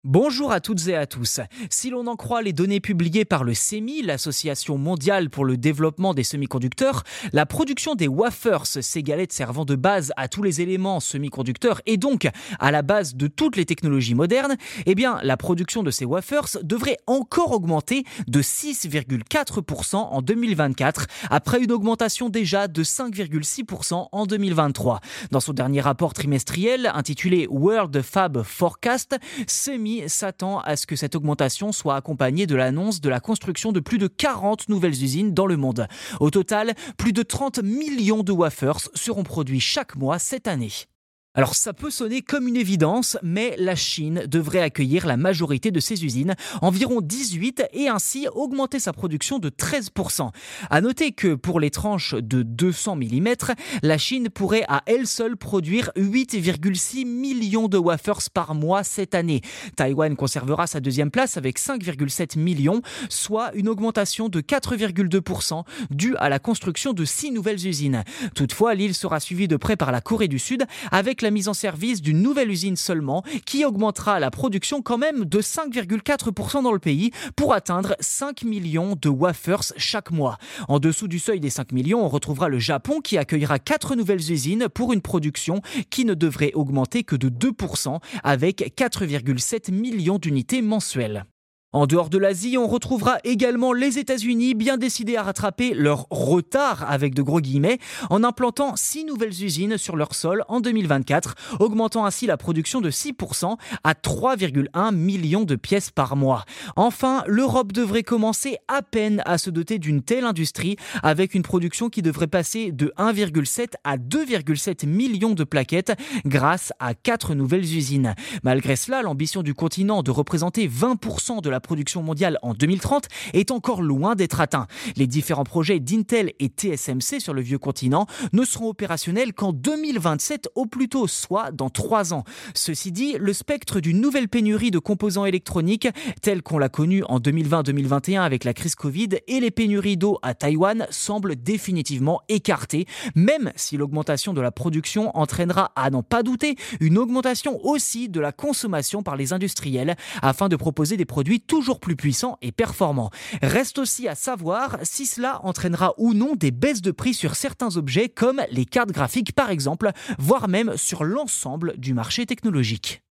Bonjour à toutes et à tous. Si l'on en croit les données publiées par le CEMI, l'Association mondiale pour le développement des semi-conducteurs, la production des wafers, ces galettes servant de base à tous les éléments semi-conducteurs et donc à la base de toutes les technologies modernes, la production de ces wafers devrait encore augmenter de 6,4% en 2024, après une augmentation déjà de 5,6% en 2023. Dans son dernier rapport trimestriel intitulé World Fab Forecast, CEMI s'attend à ce que cette augmentation soit accompagnée de l'annonce de la construction de plus de 40 nouvelles usines dans le monde. Au total, plus de 30 millions de wafers seront produits chaque mois cette année. Alors ça peut sonner comme une évidence, mais la Chine devrait accueillir la majorité de ces usines, environ 18, et ainsi augmenter sa production de 13%. À noter que pour les tranches de 200 mm, la Chine pourrait à elle seule produire 8,6 millions de wafers par mois cette année. Taïwan conservera sa deuxième place avec 5,7 millions, soit une augmentation de 4,2% due à la construction de 6 nouvelles usines. Toutefois, l'île sera suivie de près par la Corée du Sud, avec la mise en service d'une nouvelle usine seulement qui augmentera la production quand même de 5,4% dans le pays pour atteindre 5 millions de wafers chaque mois. En dessous du seuil des 5 millions, on retrouvera le Japon qui accueillera 4 nouvelles usines pour une production qui ne devrait augmenter que de 2% avec 4,7 millions d'unités mensuelles. En dehors de l'Asie, on retrouvera également les États-Unis bien décidés à rattraper leur retard avec de gros guillemets en implantant 6 nouvelles usines sur leur sol en 2024, augmentant ainsi la production de 6% à 3,1 millions de pièces par mois. Enfin, l'Europe devrait commencer à peine à se doter d'une telle industrie avec une production qui devrait passer de 1,7 à 2,7 millions de plaquettes grâce à 4 nouvelles usines. Malgré cela, l'ambition du continent de représenter 20% de la production mondiale en 2030 est encore loin d'être atteint. Les différents projets d'Intel et TSMC sur le vieux continent ne seront opérationnels qu'en 2027 au plus tôt, soit dans 3 ans. Ceci dit, le spectre d'une nouvelle pénurie de composants électroniques, telle qu'on l'a connue en 2020-2021 avec la crise Covid et les pénuries d'eau à Taïwan, semble définitivement écarté, même si l'augmentation de la production entraînera, à n'en pas douter, une augmentation aussi de la consommation par les industriels afin de proposer des produits toujours plus puissants et performants. Reste aussi à savoir si cela entraînera ou non des baisses de prix sur certains objets comme les cartes graphiques par exemple, voire même sur l'ensemble du marché technologique.